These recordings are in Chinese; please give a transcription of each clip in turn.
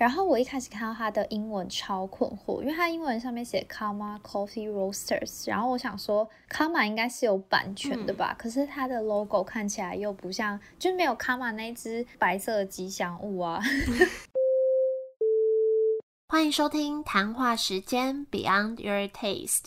然后我一开始看到他的英文超困惑，因为他英文上面写 Karma Coffee Roasters， 然后我想说 Karma 应该是有版权的吧，可是他的 logo 看起来又不像，就没有 Karma 那一只白色的吉祥物啊。 欢迎收听谈话时间 Beyond Your Taste。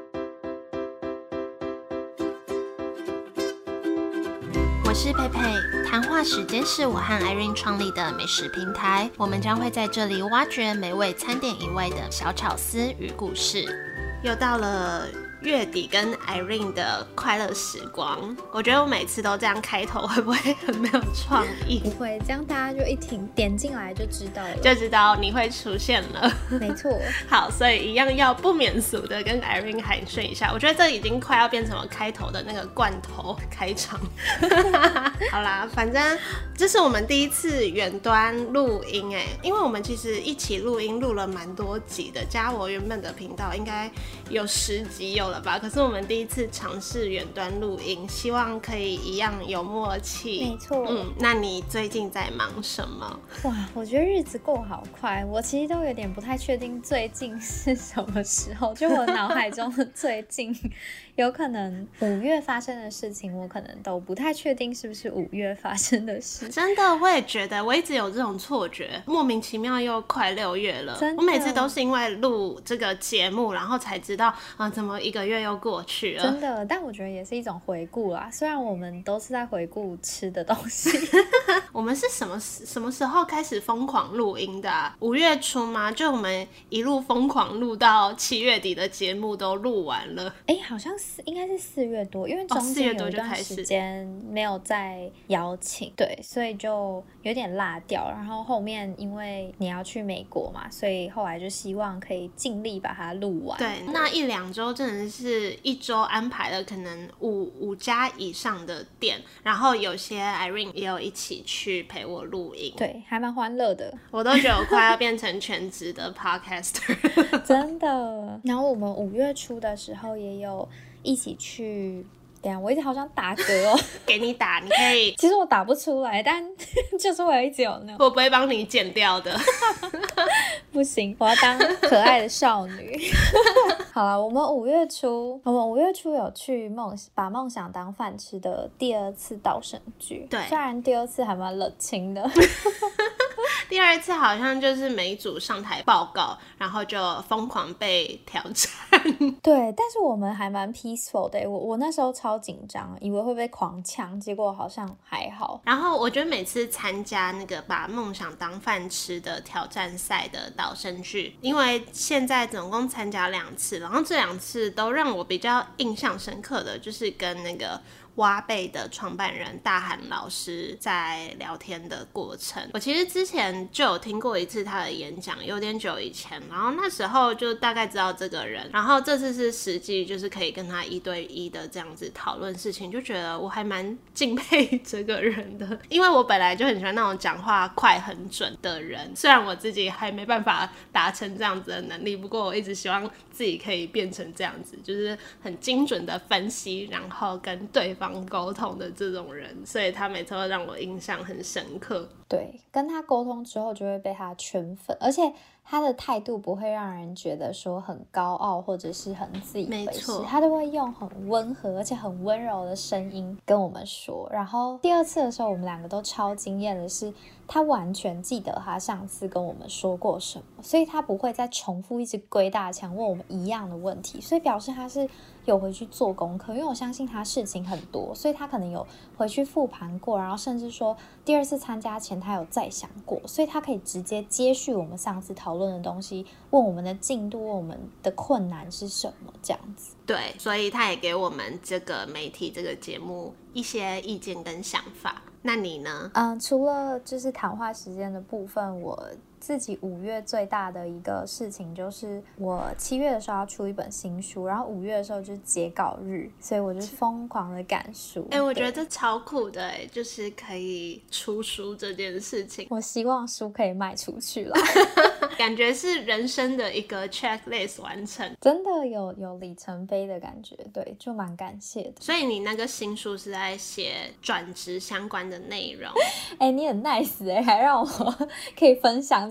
我是佩佩，谈话时间是我和 Irene 创立的美食平台，我们将会在这里挖掘美味餐点以外的小巧思与故事。又到了月底跟 Irene 的快乐时光，我觉得我每次都这样开头，会不会很没有创意？ 不会，这样大家就一听点进来就知道了， 就知道你会出现了。 没错。 好，所以一样要不免俗的跟 Irene 寒暄一下，我觉得这已经快要变成了开头的那个罐头开场。好啦，反正这是我们第一次远端录音因为我们其实一起录音录了蛮多集的，加我原本的频道应该有10集有了吧，可是我们第一次尝试远端录音，希望可以一样有默契。 没错。 那你最近在忙什么？ 哇，我觉得日子过好快，我其实都有点不太确定最近是什么时候，就我脑海中的最近有可能5月发生的事情，我可能都不太确定是不是5月发生的事。 真的，我也觉得，我一直有这种错觉，莫名其妙又快6月了。我每次都是因为录这个节目，然后才知道怎么1个月又过去了。 真的，但我觉得也是一种回顾啦，虽然我们都是在回顾吃的东西。 我们是什么时候开始疯狂录音的5月初吗？就我们一路疯狂录到7月底的节目都录完了。 好像应该是4月多，因为中间有一段时间没有再邀请，对，所以就有点落掉。然后后面因为你要去美国嘛，所以后来就希望可以尽力把它录完。 对，那1-2周真的是一周安排了可能5家以上的店，然后有些 Irene 也有一起去陪我录音， 对，还蛮欢乐的。 我都觉得我快要变成全职的 podcaster。 真的。然后我们5月初的时候也有一起去，等一下我一直好想打嗝哦。 给你打，你可以。 其实我打不出来，但就是我一直有那种， 我不会帮你剪掉的。 不行，我要当可爱的少女。好啦，我们5月初有去把梦想当饭吃的第2次导生剧。 对，虽然第2次还蛮冷清的。 第2次好像就是每一组上台报告，然后就疯狂被挑战。 对，但是我们还蛮 peaceful 的。我那时候超紧张，以为会被狂呛，结果好像还好。 然后我觉得每次参加那个把梦想当饭吃的挑战赛的导生剧，因为现在总共参加2次，然后这2次都让我比较印象深刻的就是跟那个挖贝的创办人大韩老师在聊天的过程。我其实之前就有听过一次他的演讲，有点久以前，然后那时候就大概知道这个人，然后这次是实际就是可以跟他1对1的这样子讨论事情，就觉得我还蛮敬佩这个人的，因为我本来就很喜欢那种讲话快很准的人，虽然我自己还没办法达成这样子的能力，不过我一直希望自己可以变成这样子，就是很精准的分析，然后跟对方沟通的这种人，所以他每次都让我印象很深刻。 对，跟他沟通之后就会被他圈粉，而且他的态度不会让人觉得说很高傲或者是很自以为是，他都会用很温和而且很温柔的声音跟我们说。然后第2次的时候我们2个都超惊艳的是，他完全记得他上次跟我们说过什么，所以他不会再重复一直归大强问我们一样的问题，所以表示他是有回去做功课，因为我相信他事情很多，所以他可能有回去复盘过，然后甚至说第2次参加前他有再想过，所以他可以直接接续我们上次讨论的东西，问我们的进度，问我们的困难是什么，这样子。 对，所以他也给我们这个媒体这个节目一些意见跟想法。那你呢？ 除了就是谈话时间的部分，我自己5月最大的一个事情就是我7月的时候要出一本新书，然后5月的时候就是截稿日，所以我就疯狂的赶书。 我觉得这超酷的就是可以出书这件事情。 我希望书可以卖出去啦。 感觉是人生的一个 checklist 完成， 真的有里程碑的感觉，对，就蛮感谢的。 所以你那个新书是在写转职相关的内容。 你很 nice 还让我可以分享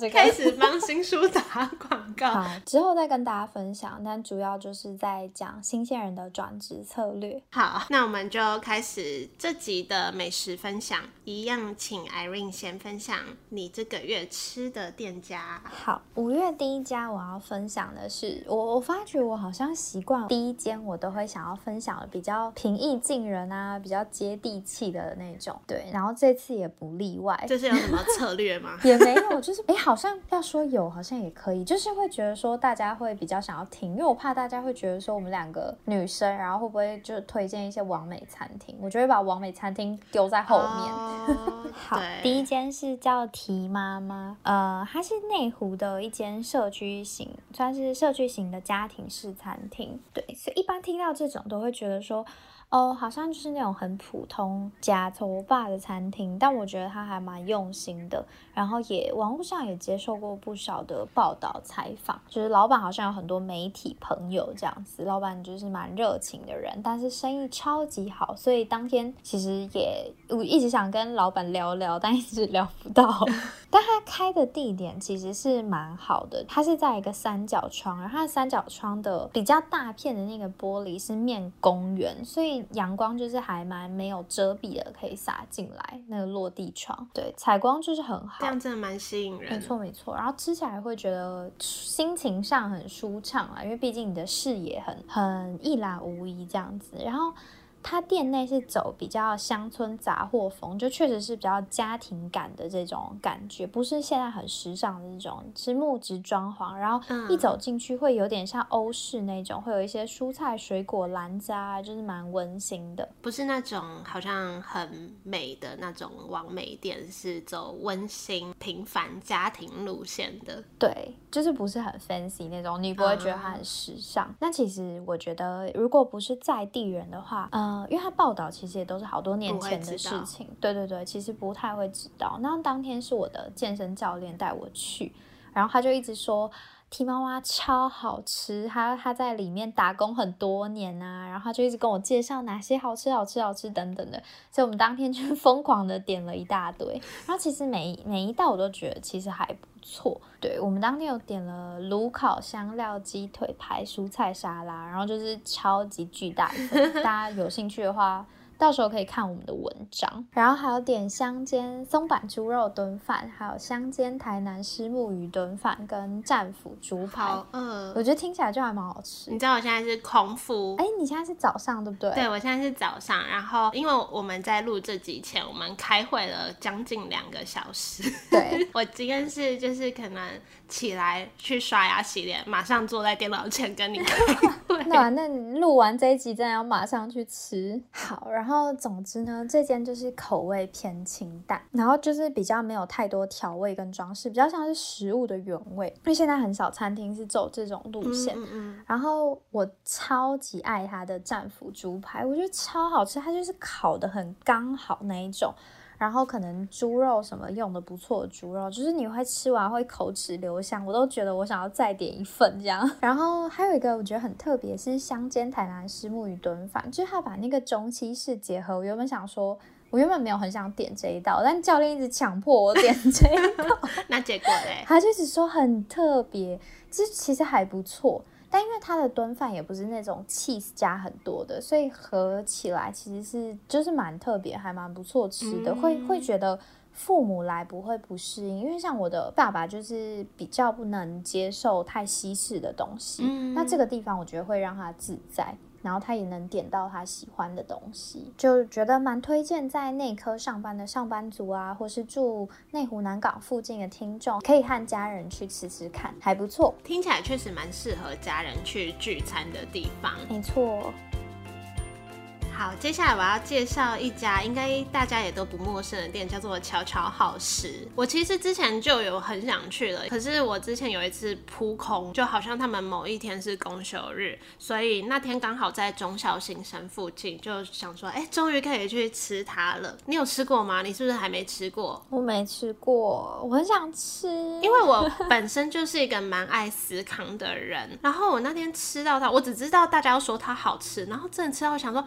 这个开始帮新书打广告。 好，之后再跟大家分享，但主要就是在讲新鲜人的转职策略。 好，那我们就开始这集的美食分享，一样请 Irene 先分享你这个月吃的店家。 好，5月第一家我要分享的是，我发觉我好像习惯第一间我都会想要分享的比较平易近人啊，比较接地气的那种。对，然后这次也不例外。 这是有什么策略吗？ 也没有，就是好像要说有，好像也可以，就是会觉得说大家会比较想要听，因为我怕大家会觉得说我们2个女生，然后会不会就推荐一些网美餐厅，我就会把网美餐厅丢在后面。好，第一间是叫提妈妈，它是内湖的一间社区型，算是社区型的家庭式餐厅。对，所以一般听到这种都会觉得说好像就是那种很普通假头霸的餐厅，但我觉得他还蛮用心的，然后网络上也接受过不少的报道采访，就是老板好像有很多媒体朋友这样子，老板就是蛮热情的人，但是生意超级好，所以当天其实我一直想跟老板聊聊，但一直聊不到。但他开的地点其实是蛮好的，他是在一个三角窗，然后他的三角窗的比较大片的那个玻璃是面公园，所以阳光就是还蛮没有遮蔽的，可以洒进来，那个落地窗，对，采光就是很好， 这样真的蛮吸引人。 没错没错，然后吃起来会觉得心情上很舒畅啊，因为毕竟你的视野很一览无遗这样子，然后它店内是走比较乡村杂货风，就确实是比较家庭感的这种感觉，不是现在很时尚的这种，是木质装潢，然后一走进去会有点像欧式那种，会有一些蔬菜水果篮子啊，就是蛮温馨的， 不是那种好像很美的那种网美店，是走温馨平凡家庭路线的。 对，就是不是很 fancy 那种，你不会觉得它很时尚。那其实我觉得如果不是在地人的话，因为他报道其实也都是好多年前的事情，对对对，其实不太会知道。那当天是我的健身教练带我去，然后他就一直说提妈妈超好吃，他在里面打工很多年啊，然后他就一直跟我介绍哪些好吃等等的，所以我们当天就疯狂的点了一大堆，然后其实每一道我都觉得其实还不错。对，我们当天有点了炉烤香料鸡腿排蔬菜沙拉，然后就是超级巨大一份，大家有兴趣的话到时候可以看我们的文章。然后还有点香煎松板猪肉炖饭，还有香煎台南虱目鱼炖饭跟战斧猪排。 好饿， 我觉得听起来就还蛮好吃。 你知道我现在是空腹， 你现在是早上对不对？ 对，我现在是早上，然后因为我们在录这集前我们开会了将近2个小时。 对， 我今天是就是可能起来去刷牙洗脸，马上坐在电脑前跟你开会。 那你录完这一集真的要马上去吃。好，然后总之呢，这间就是口味偏清淡，然后就是比较没有太多调味跟装饰，比较像是食物的原味，因为现在很少餐厅是走这种路线。然后我超级爱它的战斧猪排，我觉得超好吃，它就是烤的很刚好那一种，然后可能猪肉什么用的不错的猪肉，就是你会吃完会口齿留香，我都觉得我想要再点一份这样。然后还有一个我觉得很特别是香煎台南虱目鱼炖饭，就是他把那个中西式结合，我原本没有很想点这一道，但教练一直强迫我点这一道。 那结果嘞？ 他就只说很特别，其实还不错，但因为它的炖饭也不是那种 cheese 加很多的，所以合起来其实就是蛮特别，还蛮不错吃的，会觉得父母来不会不适应，因为像我的爸爸就是比较不能接受太西式的东西，那这个地方我觉得会让他自在，然后他也能点到他喜欢的东西，就觉得蛮推荐在内科上班的上班族啊，或是住内湖南港附近的听众，可以和家人去吃吃看，还不错。 听起来确实蛮适合家人去聚餐的地方。 没错。 好，接下来我要介绍一家应该大家也都不陌生的店，叫做悄悄好食。我其实之前就有很想去了，可是我之前有一次扑空，就好像他们某一天是公休日，所以那天刚好在忠孝新生附近，就想说终于可以去吃它了。你有吃过吗？你是不是还没吃过？ 我没吃过，我很想吃， 因为我本身就是一个蛮爱司康的人，然后我那天吃到它，我只知道大家都说它好吃，然后真的吃到想说怎么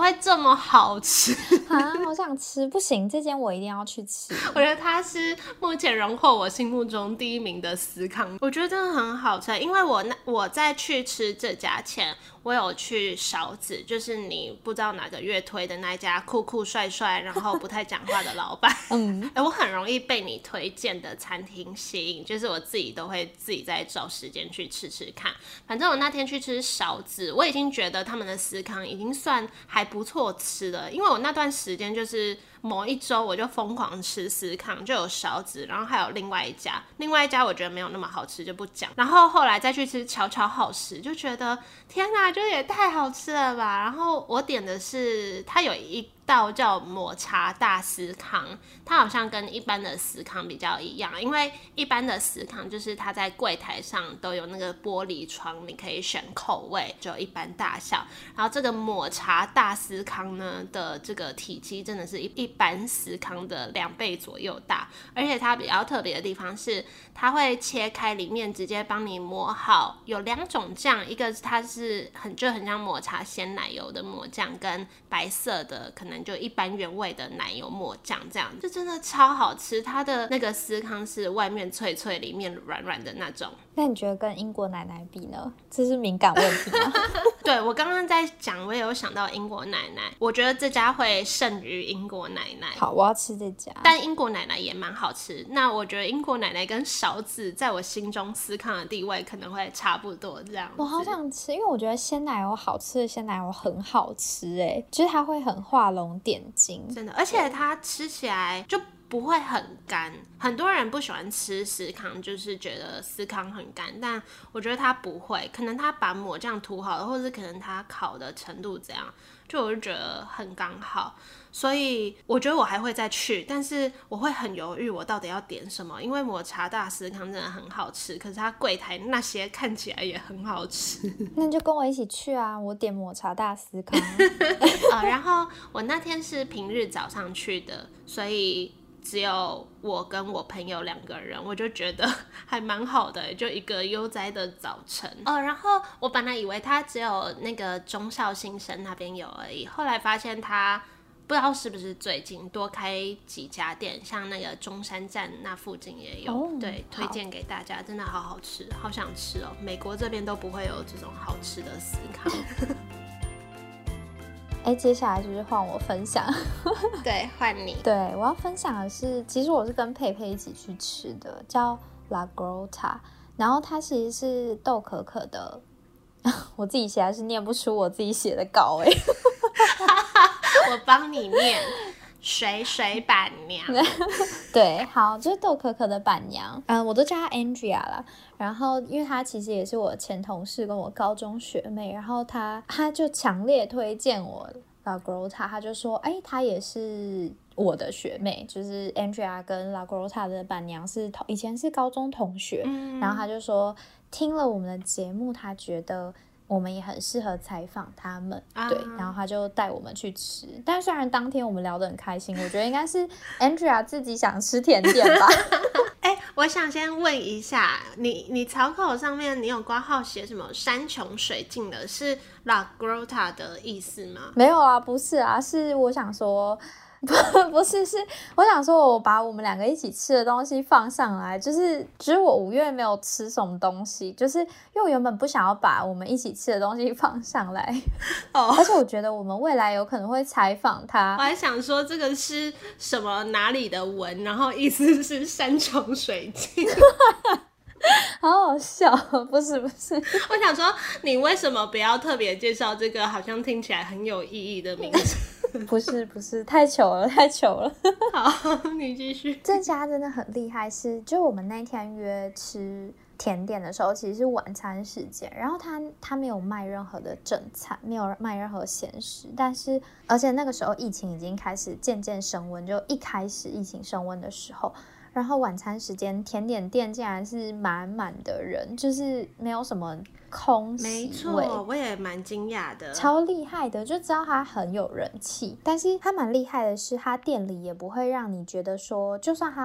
会这么好吃啊？好想吃，不行，这间我一定要去吃。 我觉得它是目前荣获我心目中第1名的司康，我觉得真的很好吃。因为我在去吃这家前，我有去勺子，就是你不知道哪个月推的那一家酷酷帅帅然后不太讲话的老板我很容易被你推荐的餐厅吸引，就是我自己都会自己再找时间去吃吃看。反正我那天去吃勺子，我已经觉得他们的司康已经算还不错吃了，因为我那段时间就是某一周我就疯狂吃司康，就有勺子，然后还有另外一家我觉得没有那么好吃就不讲，然后后来再去吃巧巧好食，就觉得天哪，就也太好吃了吧。然后我点的是它有一道叫抹茶大司康，它好像跟一般的司康比较一样，因为一般的司康就是它在柜台上都有那个玻璃窗，你可以选口味，就一般大小。然后这个抹茶大司康呢的这个体积真的是一般司康的2倍左右大，而且它比较特别的地方是它会切开，里面直接帮你抹好，有2种酱，一个它是很像抹茶鲜奶油的抹酱，跟白色的可能就一般原味的奶油抹酱，这样就真的超好吃。它的那个司康是外面脆脆里面软软的那种。 那你觉得跟英国奶奶比呢？这是敏感问题吗？ 对，我刚刚在讲，我也有想到英国奶奶，我觉得这家会胜于英国奶奶。 好，我要吃这家。 但英国奶奶也蛮好吃，那我觉得英国奶奶跟勺子在我心中司康的地位可能会差不多这样子。 我好想吃，因为我觉得鲜奶油好吃的鲜奶油很好吃就是它会很画龙点睛， 真的，而且它吃起来就不会很干。很多人不喜欢吃司康，就是觉得司康很干，但我觉得它不会，可能它把抹酱涂好了，或者是可能它烤的程度怎样，就我就觉得很刚好。所以我觉得我还会再去，但是我会很犹豫我到底要点什么，因为抹茶大司康真的很好吃，可是它柜台那些看起来也很好吃。 那你就跟我一起去啊，我点抹茶大司康然后我那天是平日早上去的，所以只有我跟我朋友2个人，我就觉得还蛮好的，就一个悠哉的早晨。然后我本来以为它只有那个忠孝新生那边有而已，后来发现它不知道是不是最近多开几家店，像那个中山站那附近也有。对，推荐给大家，真的好好吃，好想吃哦。美国这边都不会有这种好吃的司康。 接下来就是换我分享。 对，换你。 对，我要分享的是，其实我是跟佩佩一起去吃的，叫 La Grota， 然后它其实是豆可可的，我自己写还是念不出我自己写的稿我帮你念。水水板娘对，好，就是豆可可的板娘，我都叫她 Andrea 啦。然后因为她其实也是我前同事，跟我高中学妹，然后她就强烈推荐我 La Grota， 她就说她也是我的学妹，就是 Andrea 跟 La Grota 的板娘是以前是高中同学，然后她就说听了我们的节目，她觉得我们也很适合采访他们，对，然后他就带我们去吃。但虽然当天我们聊得很开心，我觉得应该是 Andrea 自己想吃甜点吧。 我想先问一下，你草口上面你有挂号写什么山穷水尽的，是 La Grota 的意思吗？ 没有啊，不是啊，是我想说。不是，是我想说我把我们2个一起吃的东西放上来，就是我5月没有吃什么东西，就是因为我原本不想要把我们一起吃的东西放上来而且我觉得我们未来有可能会采访他， 我还想说这个是什么哪里的文，然后意思是山穷水尽好好笑。不是我想说你为什么不要特别介绍这个好像听起来很有意义的名字不是，太糗了。 好，你继续。 这家真的很厉害，就我们那天约吃甜点的时候，其实是晚餐时间，然后他没有卖任何的正餐，没有卖任何咸食，而且那个时候疫情已经开始渐渐升温，就一开始疫情升温的时候，然后晚餐时间甜点店竟然是满满的人，就是没有什么空席位。 没错，我也蛮惊讶的， 超厉害的，就知道他很有人气。但是他蛮厉害的是，他店里也不会让你觉得说，就算他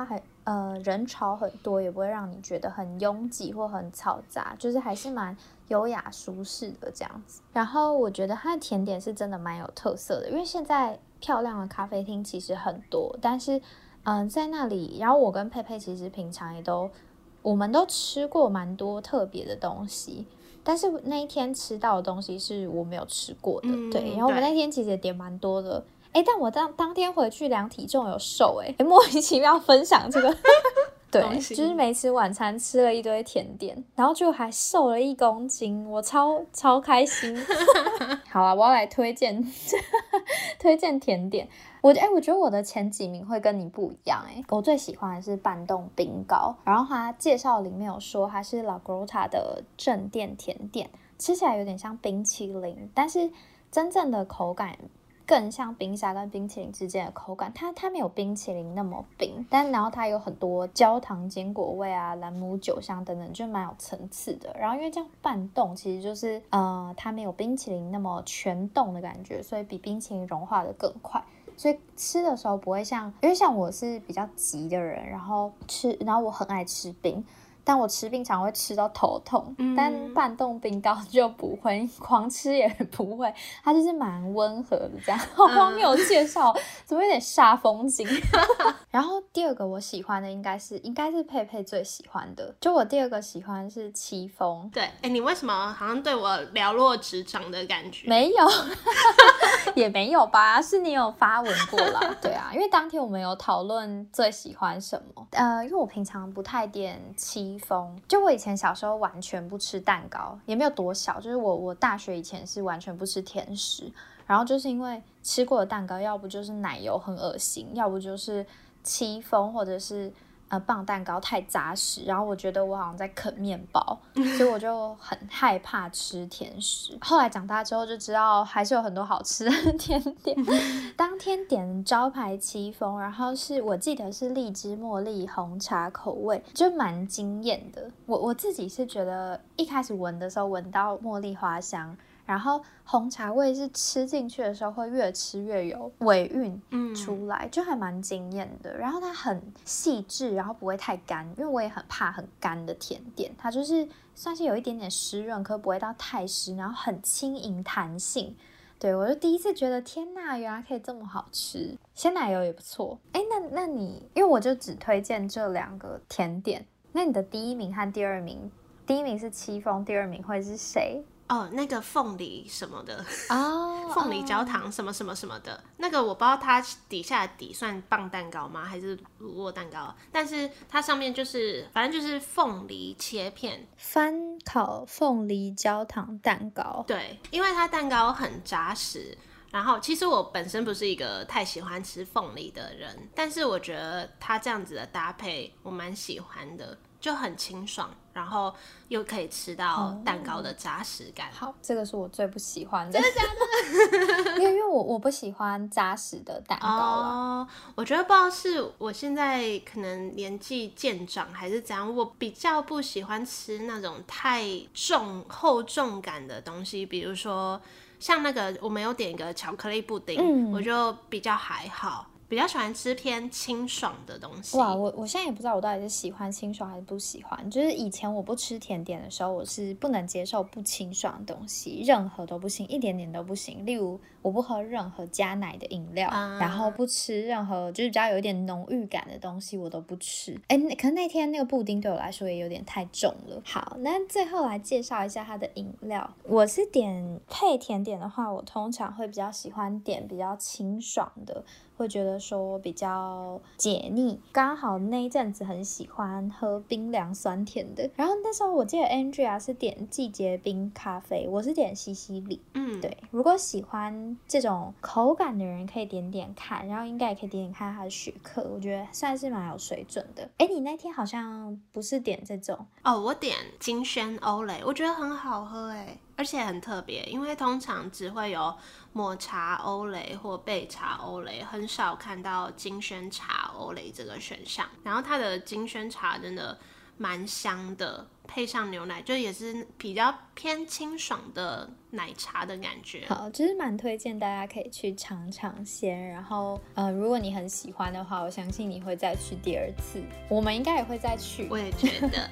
人潮很多，也不会让你觉得很拥挤或很嘈杂，就是还是蛮优雅舒适的这样子。然后我觉得它的甜点是真的蛮有特色的，因为现在漂亮的咖啡厅其实很多，但是在那里，然后我跟佩佩其实平常我们都吃过蛮多特别的东西，但是那一天吃到的东西是我没有吃过的，对。然后我们那天其实也点蛮多的，但我当天回去量体重有瘦，莫名其妙分享这个。对，就是没吃晚餐，吃了一堆甜点，然后就还瘦了1公斤，我超开心。好啦，我要来推荐甜点。我觉得我的前几名会跟你不一样我最喜欢的是半冻冰糕，然后它介绍里面有说它是 La Grotta 的正店甜点，吃起来有点像冰淇淋，但是真正的口感更像冰沙跟冰淇淋之间的口感，它没有冰淇淋那么冰，然后它有很多焦糖坚果味啊、兰姆酒香等等，就蛮有层次的。然后因为这样半冻其实就是它没有冰淇淋那么全冻的感觉，所以比冰淇淋融化的更快，所以吃的时候不会因为像我是比较急的人，然后我很爱吃冰，但我吃冰常会吃到头痛，但半冻冰糕就不会，狂吃也不会，它就是蛮温和的这样。好荒谬的介绍，怎么有点煞风景？然后第二个我喜欢的应该是佩佩最喜欢的，就我第二个喜欢是戚风。 对，你为什么好像对我了若指掌的感觉？ 没有，也没有吧，是你有发文过啦。对啊，因为当天我们有讨论最喜欢什么。因为我平常不太点戚风，就我以前小时候完全不吃蛋糕，也没有多小，就是我大学以前是完全不吃甜食，然后就是因为吃过的蛋糕，要不就是奶油很恶心，要不就是戚风或者是棒蛋糕太扎实，然后我觉得我好像在啃面包，所以我就很害怕吃甜食。后来长大之后就知道还是有很多好吃的甜点。当天点招牌戚风，然后我记得是荔枝茉莉红茶口味，就蛮惊艳的。我自己是觉得一开始闻的时候闻到茉莉花香，然后红茶味是吃进去的时候会越吃越有尾韵出来，就还蛮惊艳的。然后它很细致，然后不会太干，因为我也很怕很干的甜点，它就是算是有一点点湿润，可不会到太湿，然后很轻盈弹性。对，我就第一次觉得天哪，原来可以这么好吃。鲜奶油也不错。那你因为我就只推荐这2个甜点，那你的第一名和第二名，第一名是戚风，第二名会是谁？ 那个凤梨什么的凤梨焦糖什么什么什么的，那个我不知道它底下的底算棒蛋糕吗还是乳酪蛋糕，但是它上面就是反正就是凤梨切片， 翻烤凤梨焦糖蛋糕。 对，因为它蛋糕很扎实，然后其实我本身不是一个太喜欢吃凤梨的人，但是我觉得它这样子的搭配我蛮喜欢的，就很清爽，然后又可以吃到蛋糕的扎实感。 好，这个是我最不喜欢的。真的假的？因为我不喜欢扎实的蛋糕啦。 我觉得不知道是我现在可能年纪渐长还是怎样，我比较不喜欢吃那种太厚重感的东西，比如说像那个我们有点一个巧克力布丁，我就比较还好，比较喜欢吃偏清爽的东西。 哇，我现在也不知道我到底是喜欢清爽还是不喜欢。就是以前我不吃甜点的时候，我是不能接受不清爽的东西，任何都不行，一点点都不行。例如我不喝任何加奶的饮料，然后不吃任何就是比较有一点浓郁感的东西，我都不吃。可是那天那个布丁对我来说也有点太重了。好，那最后来介绍一下它的饮料。我是点配甜点的话，我通常会比较喜欢点比较清爽的，会觉得说比较解腻。刚好那一阵子很喜欢喝冰凉酸甜的，然后那时候我记得 Andrea 是点季节冰咖啡，我是点西西里。对，如果喜欢这种口感的人可以点点看，然后应该也可以点点看它的雪克，我觉得算是蛮有水准的。你那天好像不是点这种我点金萱欧蕾，我觉得很好喝而且很特别，因为通常只会有抹茶欧蕾或焙茶欧蕾，很少看到金萱茶欧蕾这个选项。然后它的金萱茶真的蛮香的， 配上牛奶，就也是比较偏清爽的奶茶的感觉。 好，就是蛮推荐大家可以去尝尝鲜，然后如果你很喜欢的话，我相信你会再去第二次，我们应该也会再去。 我也觉得。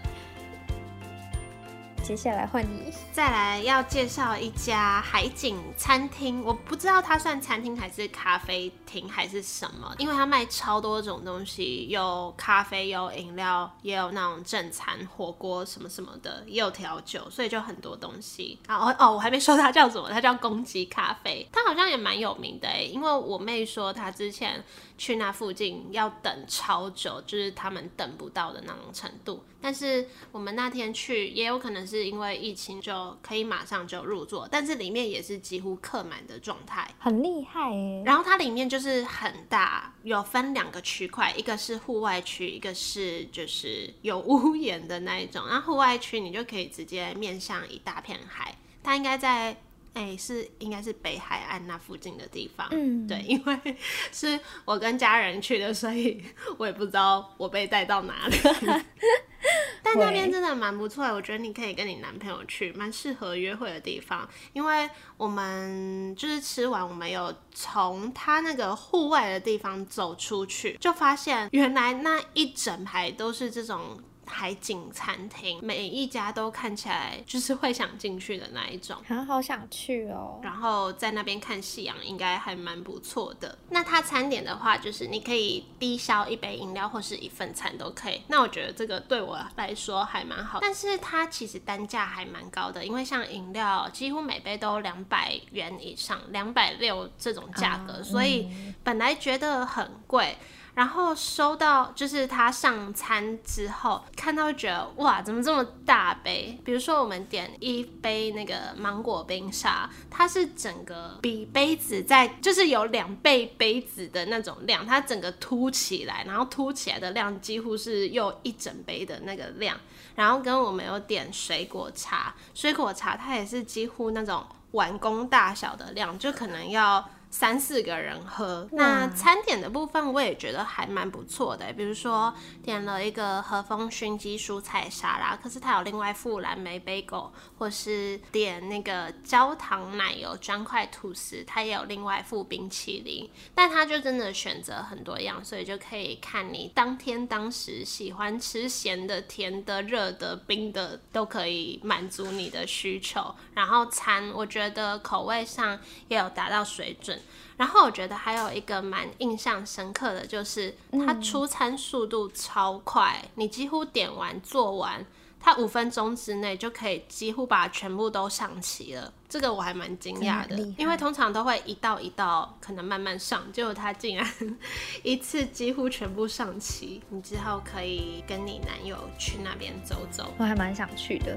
接下来换你。 再来要介绍一家海景餐厅，我不知道它算餐厅还是咖啡厅还是什么，因为它卖超多种东西，有咖啡，有饮料，也有那种正餐火锅什么什么的，也有调酒，所以就很多东西。我还没说它叫什么，它叫公鸡咖啡，它好像也蛮有名的耶，因为我妹说她之前去那附近要等超久，就是他们等不到的那种程度。但是我们那天去，也有可能是因为疫情就可以马上就入座，但是里面也是几乎客满的状态， 很厉害耶。 然后它里面就是很大，有分2个区块，一个是户外区，一个是就是有屋檐的那一种。然后户外区你就可以直接面向一大片海，它应该在应该是北海岸那附近的地方。对，因为是我跟家人去的，所以我也不知道我被带到哪里。但那边真的蛮不错的，我觉得你可以跟你男朋友去，蛮适合约会的地方。因为我们就是吃完，我们有从他那个户外的地方走出去，就发现原来那一整排都是这种海景餐厅，每一家都看起来就是会想进去的那一种， 好想去哦。 然后在那边看夕阳应该还蛮不错的。那它餐点的话，就是你可以低消一杯饮料或是一份餐都可以，那我觉得这个对我来说还蛮好，但是它其实单价还蛮高的，因为像饮料几乎每杯都200元以上，260这种价格，所以本来觉得很贵，然后收到就是他上餐之后看到觉得哇怎么这么大杯，比如说我们点一杯那个芒果冰沙，它是整个比杯子在就是有2倍杯子的那种量，它整个凸起来，然后凸起来的量几乎是又一整杯的那个量，然后跟我们有点水果茶，水果茶它也是几乎那种碗公大小的量，就可能要3-4个人喝。那餐点的部分我也觉得还蛮不错的，比如说点了一个和风熏鸡蔬菜沙拉，可是它有另外附蓝莓 bagel， 或是点那个焦糖奶油砖块吐司，它也有另外附冰淇淋，但它就真的选择很多样，所以就可以看你当天当时喜欢吃咸的、甜的、热的、冰的，都可以满足你的需求。然后餐我觉得口味上也有达到水准，然后我觉得还有一个蛮印象深刻的就是它出餐速度超快，你几乎点完做完它5分钟之内就可以几乎把全部都上齐了，这个我还蛮惊讶的，因为通常都会一道一道可能慢慢上，结果它竟然一次几乎全部上齐。你之后可以跟你男友去那边走走， 我还蛮想去的。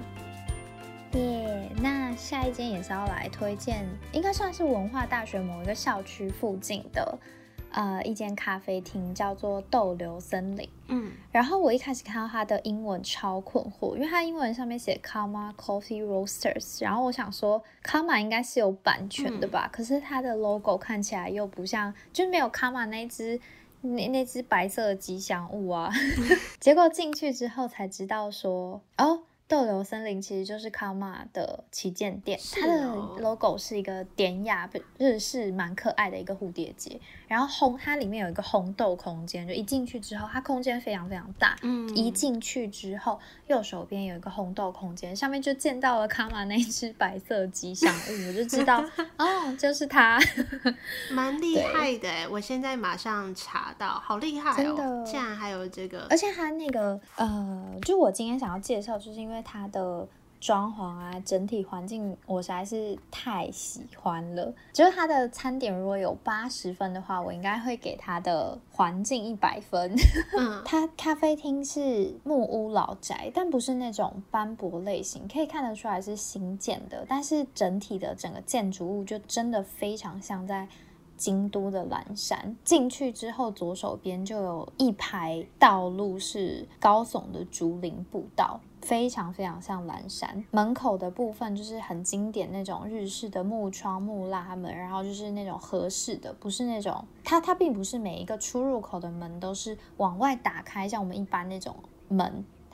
那下一间也是要来推荐，应该算是文化大学某一个校区附近的一间咖啡厅，叫做逗留森林。然后我一开始看到它的英文超困惑，因为它英文上面写 Karma Coffee Roasters， 然后我想说 Karma 应该是有版权的吧，可是它的 logo 看起来又不像，就没有 Karma 那只白色的吉祥物啊。结果进去之后才知道说逗留森林其实就是 Karma 的旗舰店，它的 logo 是一个典雅日式蛮可爱的一个蝴蝶结，然后它里面有一个烘豆空间，就一进去之后它空间非常非常大，一进去之后右手边有一个烘豆空间，上面就见到了 Karma 那一只白色吉祥物，我就知道就是它。 蛮厉害的耶，我现在马上查到，好厉害真的竟然还有这个， 而且它那个就我今天想要介绍，就是因为它的装潢啊，整体环境我实在是太喜欢了。就是它的餐点如果有80分的话，我应该会给它的环境100分。它咖啡厅是木屋老宅，但不是那种斑驳类型，可以看得出来是新建的，但是整体的整个建筑物就真的非常像在京都的岚山。进去之后左手边就有一排道路是高耸的竹林步道，非常非常像岚山。门口的部分就是很经典那种日式的木窗木拉门，然后就是那种合适的，不是那种它并不是每一个出入口的门都是往外打开，像我们一般那种门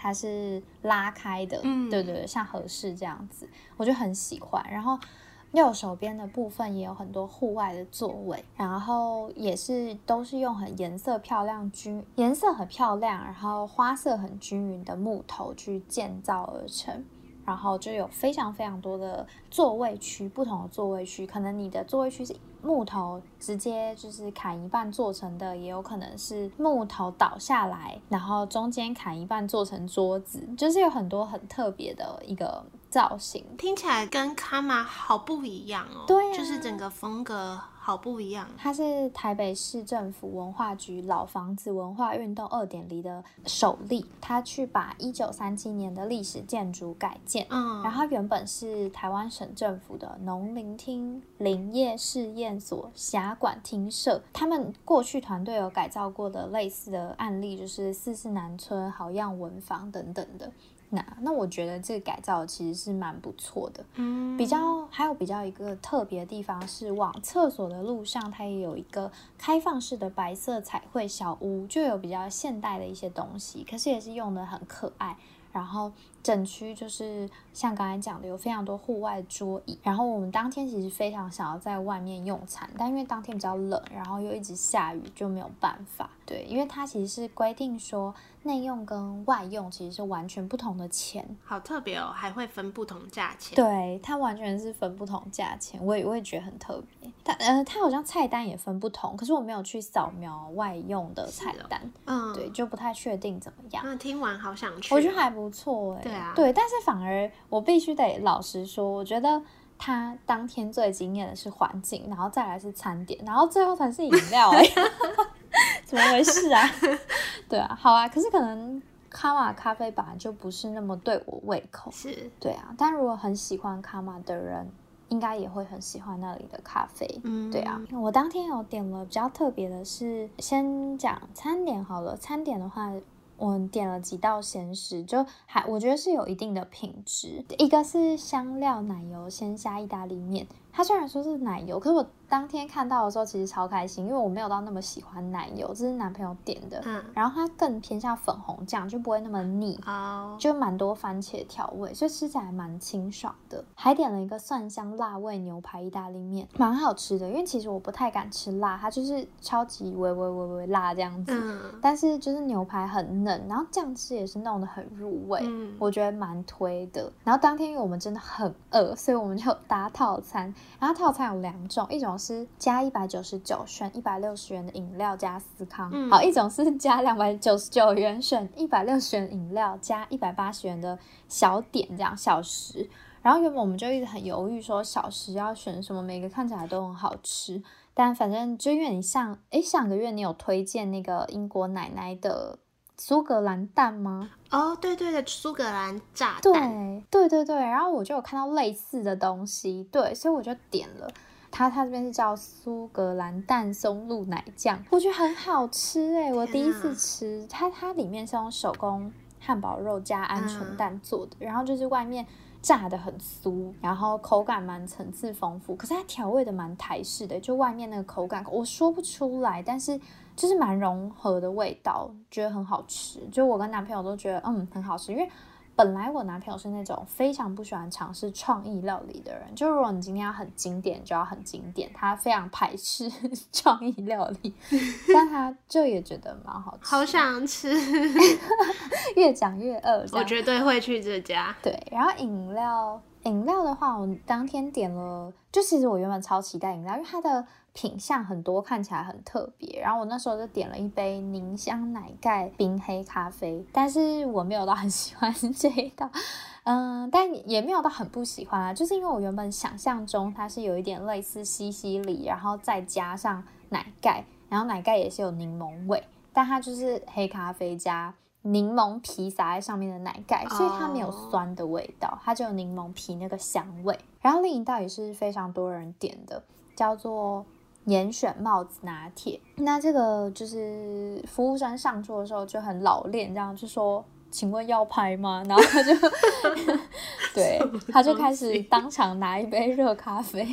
它是拉开的，对对对，像和室这样子，我就很喜欢。然后右手边的部分也有很多户外的座位，然后也是都是用颜色很漂亮，然后花色很均匀的木头去建造而成。然后就有非常非常多的座位区，不同的座位区，可能你的座位区是木头直接就是砍一半做成的，也有可能是木头倒下来，然后中间砍一半做成桌子，就是有很多很特别的一个造型。 听起来跟卡玛好不一样哦。 对啊， 就是整个风格好不一样。 它是台北市政府文化局老房子文化运动 2.0 的首例，它去把1937年的历史建筑改建，然后它原本是台湾省政府的农林厅、林业试验所、辖管厅舍，他们过去团队有改造过的类似的案例，就是44南村、好样文房等等的。那我觉得这个改造其实是蛮不错的。还有比较一个特别的地方是，往厕所的路上它也有一个开放式的白色彩绘小屋，就有比较现代的一些东西，可是也是用得很可爱。然后整区就是像刚才讲的有非常多户外桌椅，然后我们当天其实非常想要在外面用餐，但因为当天比较冷，然后又一直下雨，就没有办法。对，因为它其实是规定说内用跟外用其实是完全不同的钱。 好特别哦，还会分不同价钱。 对，它完全是分不同价钱，我也觉得很特别。它好像菜单也分不同，可是我没有去扫描外用的菜单，对，就不太确定怎么样。 听完好想去。 我觉得还不错对啊， 对，但是反而我必须得老实说，我觉得他当天最惊艳的是环境，然后再来是餐点，然后最后才是饮料怎么回事啊？对啊，好啊，可是可能卡玛咖啡本来就不是那么对我胃口， 是， 对啊，但如果很喜欢卡玛的人应该也会很喜欢那里的咖啡。对啊，我当天有点了比较特别的是，先讲餐点好了。餐点的话，我点了几道咸食，我觉得是有一定的品质。一个是香料奶油鲜虾意大利面，它虽然说是奶油，可是我当天看到的时候其实超开心，因为我没有到那么喜欢奶油，这是男朋友点的，然后它更偏向粉红酱，就不会那么腻，就蛮多番茄调味，所以吃起来蛮清爽的。还点了一个蒜香辣味牛排意大利面，蛮好吃的，因为其实我不太敢吃辣，它就是超级微辣这样子，但是就是牛排很嫩，然后酱汁也是弄得很入味，我觉得蛮推的。然后当天因为我们真的很饿，所以我们就搭套餐，然后套餐有2种，一种是加199选160元的饮料加司康，好，一种是加299元选160元饮料加180元的小点，这样小食。然后原本我们就一直很犹豫说小食要选什么，每个看起来都很好吃，但反正就因为你上个月你有推荐那个英国奶奶的苏格兰蛋吗？ 对对对，苏格兰炸蛋， 对，然后我就有看到类似的东西，对，所以我就点了。它这边是叫苏格兰蛋松露奶酱，我觉得很好吃我第一次吃。它里面是用手工汉堡肉加鹌鹑蛋做的，然后就是外面炸的很酥，然后口感蛮层次丰富，可是它调味的蛮台式的，就外面那个口感我说不出来，但是就是蛮融合的味道，觉得很好吃。就我跟男朋友都觉得很好吃，因为本来我男朋友是那种非常不喜欢尝试创意料理的人，就如果你今天要很经典就要很经典，他非常排斥创意料理，但他就也觉得蛮好吃， 好想吃越讲越饿， 我绝对会去这家。 对，然后饮料的话，我当天点了，就其实我原本超期待饮料，因为它的品项很多，看起来很特别。然后我那时候就点了一杯凝香奶盖冰黑咖啡，但是我没有到很喜欢这一道，但也没有到很不喜欢啊，就是因为我原本想象中它是有一点类似西西里，然后再加上奶盖，然后奶盖也是有柠檬味，但它就是黑咖啡加柠檬皮撒在上面的奶盖，所以它没有酸的味道，它就有柠檬皮那个香味。然后另一道也是非常多人点的，叫做严选帽子拿铁。那这个就是服务生上桌的时候就很老练，这样就说请问要拍吗？然后他就对，他就开始当场拿一杯热咖啡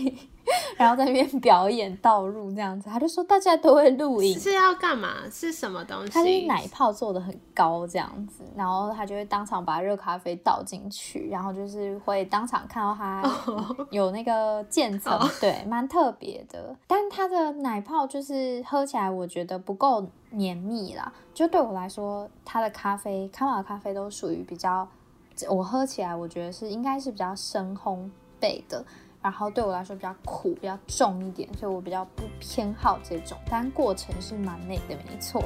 然后在那边表演倒入这样子。他就说大家都会录影， 是要干嘛？是什么东西？ 他就是奶泡做的很高这样子，然后他就会当场把热咖啡倒进去，然后就是会当场看到他有那个渐层，对，蛮特别的。但他的奶泡就是喝起来我觉得不够绵密啦，就对我来说，他的咖啡卡玛的咖啡都属于比较，我喝起来我觉得应该是比较深烘焙的，然后对我来说比较苦比较重一点，所以我比较不偏好这种，但过程是蛮美的没错。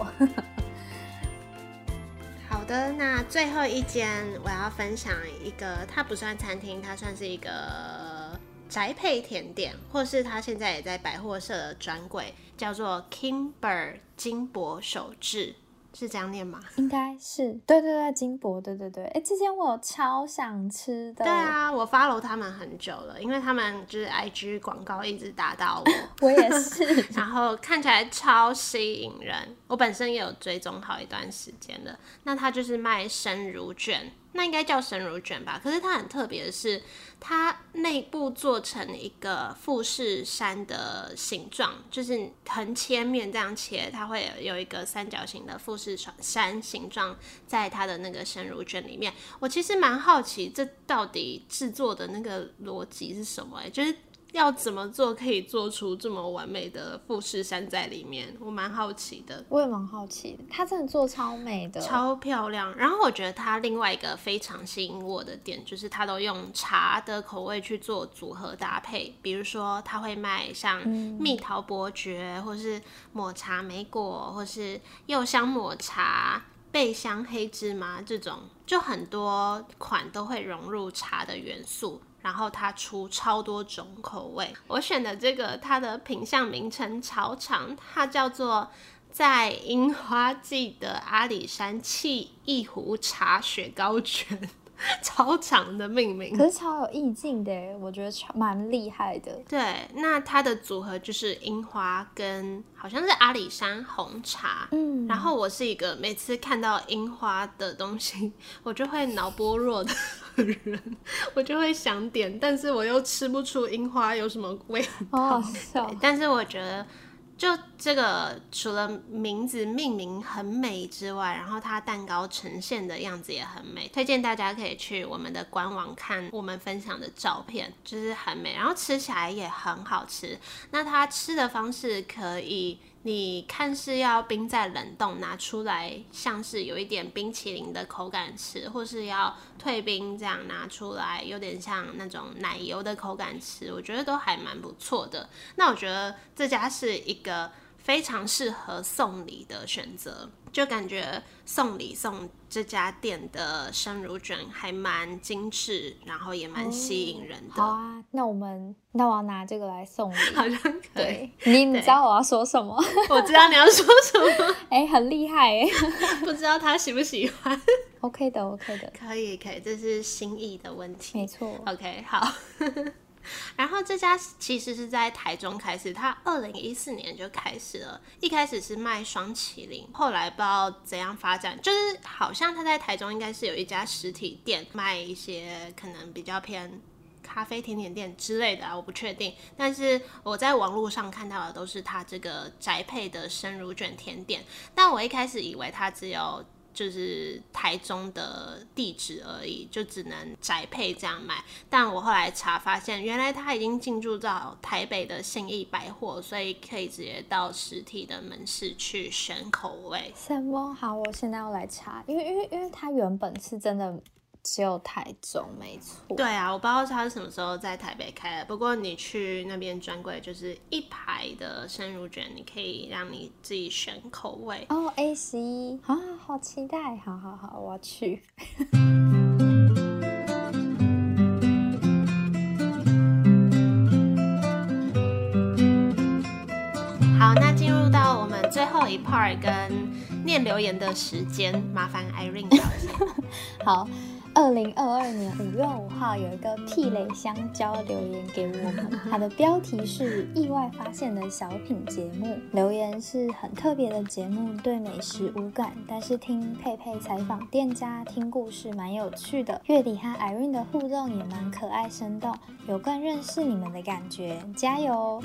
好的，那最后一间我要分享一个，它不算餐厅，它算是一个宅配甜点，或是它现在也在百货社的专柜，叫做 Kimber 金箔手制，是这样念吗？ 应该是，对对对，金箔，对对对。之前我有超想吃的。 对啊，我 follow 他们很久了，因为他们就是 IG 广告一直打到我。 我也是。 然后看起来超吸引人，我本身也有追踪好一段时间了。那它就是卖生乳卷，那应该叫生乳卷吧？可是它很特别的是，它内部做成一个富士山的形状，就是横切面这样切，它会有一个三角形的富士山形状在它的那个生乳卷里面。我其实蛮好奇，这到底制作的那个逻辑是什么？就是要怎么做可以做出这么完美的富士山在里面，我蛮好奇的。 我也蛮好奇的，它真的做超美的， 超漂亮。然后我觉得它另外一个非常吸引我的点，就是它都用茶的口味去做组合搭配，比如说它会卖像蜜桃伯爵，或是抹茶莓果，或是柚香抹茶、贝香黑芝麻这种，就很多款都会融入茶的元素。然后它出超多种口味，我选的这个它的品项名称超长，它叫做在樱花季的阿里山沏一壶茶雪糕卷，超长的命名， 可是超有意境的，我觉得蛮厉害的。 对，那它的组合就是樱花跟好像是阿里山红茶，然后我是一个每次看到樱花的东西我就会脑波弱的人，我就会想点，但是我又吃不出樱花有什么味道， 好好笑。 但是我觉得就这个除了名字命名很美之外，然后它蛋糕呈现的样子也很美，推荐大家可以去我们的官网看我们分享的照片，就是很美，然后吃起来也很好吃。那它吃的方式可以你看是要冰在冷冻拿出来，像是有一点冰淇淋的口感吃，或是要退冰这样拿出来，有点像那种奶油的口感吃，我觉得都还蛮不错的。那我觉得这家是一个非常适合送礼的选择，就感觉送礼送这家店的生乳卷还蛮精致，然后也蛮吸引人的。 好啊，那我要拿这个来送礼， 好像可以。 你知道我要说什么？ 我知道你要说什么。 很厉害不知道他喜不喜欢。 OK 的 OK 的， 可以，这是心意的问题。 没错。 OK 好。然后这家其实是在台中开始，它2014年就开始了，一开始是卖双麒麟，后来不知道怎样发展，就是好像它在台中应该是有一家实体店卖一些可能比较偏咖啡甜点店之类的我不确定，但是我在网络上看到的都是它这个宅配的生乳卷甜点，但我一开始以为它只有就是台中的地址而已，就只能宅配这样买，但我后来查发现原来它已经进驻到台北的信义百货，所以可以直接到实体的门市去选口味。 什么？好，我现在要来查，因为它原本是真的只有台中，没错。 对啊，我不知道他是什么时候在台北开的，不过你去那边专柜就是一排的生乳卷，你可以让你自己选口味。 A11啊，好期待！好，我要去。 好，那进入到我们最后一 part 跟念留言的时间，麻烦 Irene 小姐。 好。 2022年5月5号有一个屁蕾香蕉留言给我们，它的标题是意外发现的小品节目。留言是很特别的节目，对美食无感，但是听佩佩采访店家，听故事蛮有趣的。月底和 Irene 的互动也蛮可爱生动，有更认识你们的感觉，加油！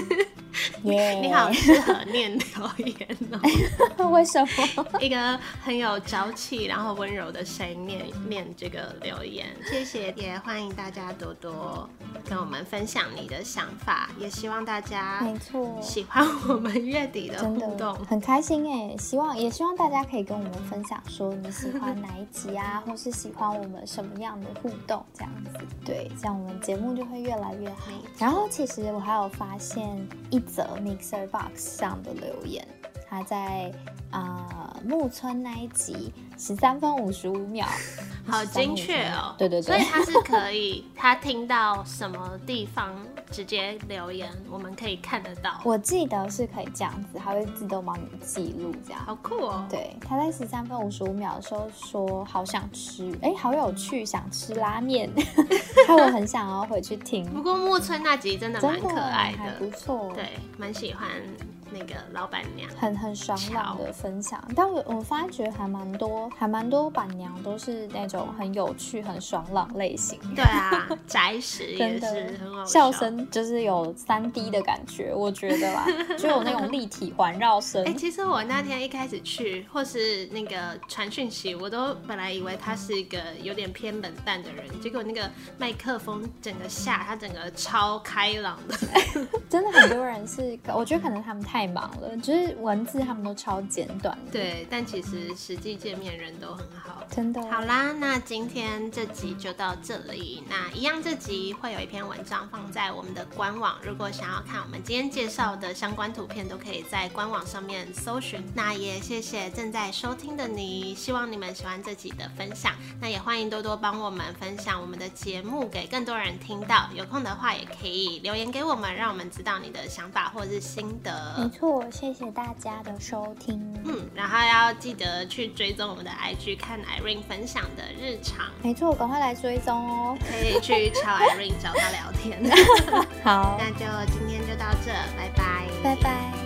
Yeah. 你好适合念留言哦。 为什么？ 一个很有朝气然后温柔的声音念这个留言，谢谢，也欢迎大家多多跟我们分享你的想法，也希望大家没错喜欢我们月底的互动， 很开心耶。也希望大家可以跟我们分享说你喜欢哪一集啊，或是喜欢我们什么样的互动这样子，对，这样我们节目就会越来越好。然后其实我还有发现一则 Mixer Box 上的留言，他在木村那一集13分55秒， 好精确哦。 对， 所以他是可以他听到什么地方直接留言，我们可以看得到。 我记得是可以这样子，他会自动帮你记录这样。 好酷哦。 对，他在13分55秒的时候说好想吃，好有趣，想吃拉面害我很想要回去听。 不过木村那集真的蛮可爱的， 还不错。 对，蛮喜欢那个老板娘， 很爽朗的分享。但我发觉还蛮多板娘都是那种很有趣很爽朗类型。 对啊，宅食也是很好笑声就是有3D 的感觉，我觉得啦就有那种立体环绕声。 其实我那天一开始去或是那个传讯息，我都本来以为他是一个有点偏冷淡的人，结果那个麦克风整个他整个超开朗的真的很多人是，我觉得可能他们太忙了，就是文字他们都超简短的。 对，但其实实际见面人都很好， 真的。 好啦，那今天这集就到这里。那一样，这集会有一篇文章放在我们的官网，如果想要看我们今天介绍的相关图片，都可以在官网上面搜寻。那也谢谢正在收听的你，希望你们喜欢这集的分享。那也欢迎多多帮我们分享我们的节目给更多人听到。有空的话，也可以留言给我们，让我们知道你的想法或者是心得。 没错，谢谢大家的收听。 然后要记得去追踪我们的 IG， 看 Irene 分享的日常。 没错，赶快来追踪哦。 可以去敲 Irene 找她聊天。 好， 那就今天就到这，拜拜， 拜拜。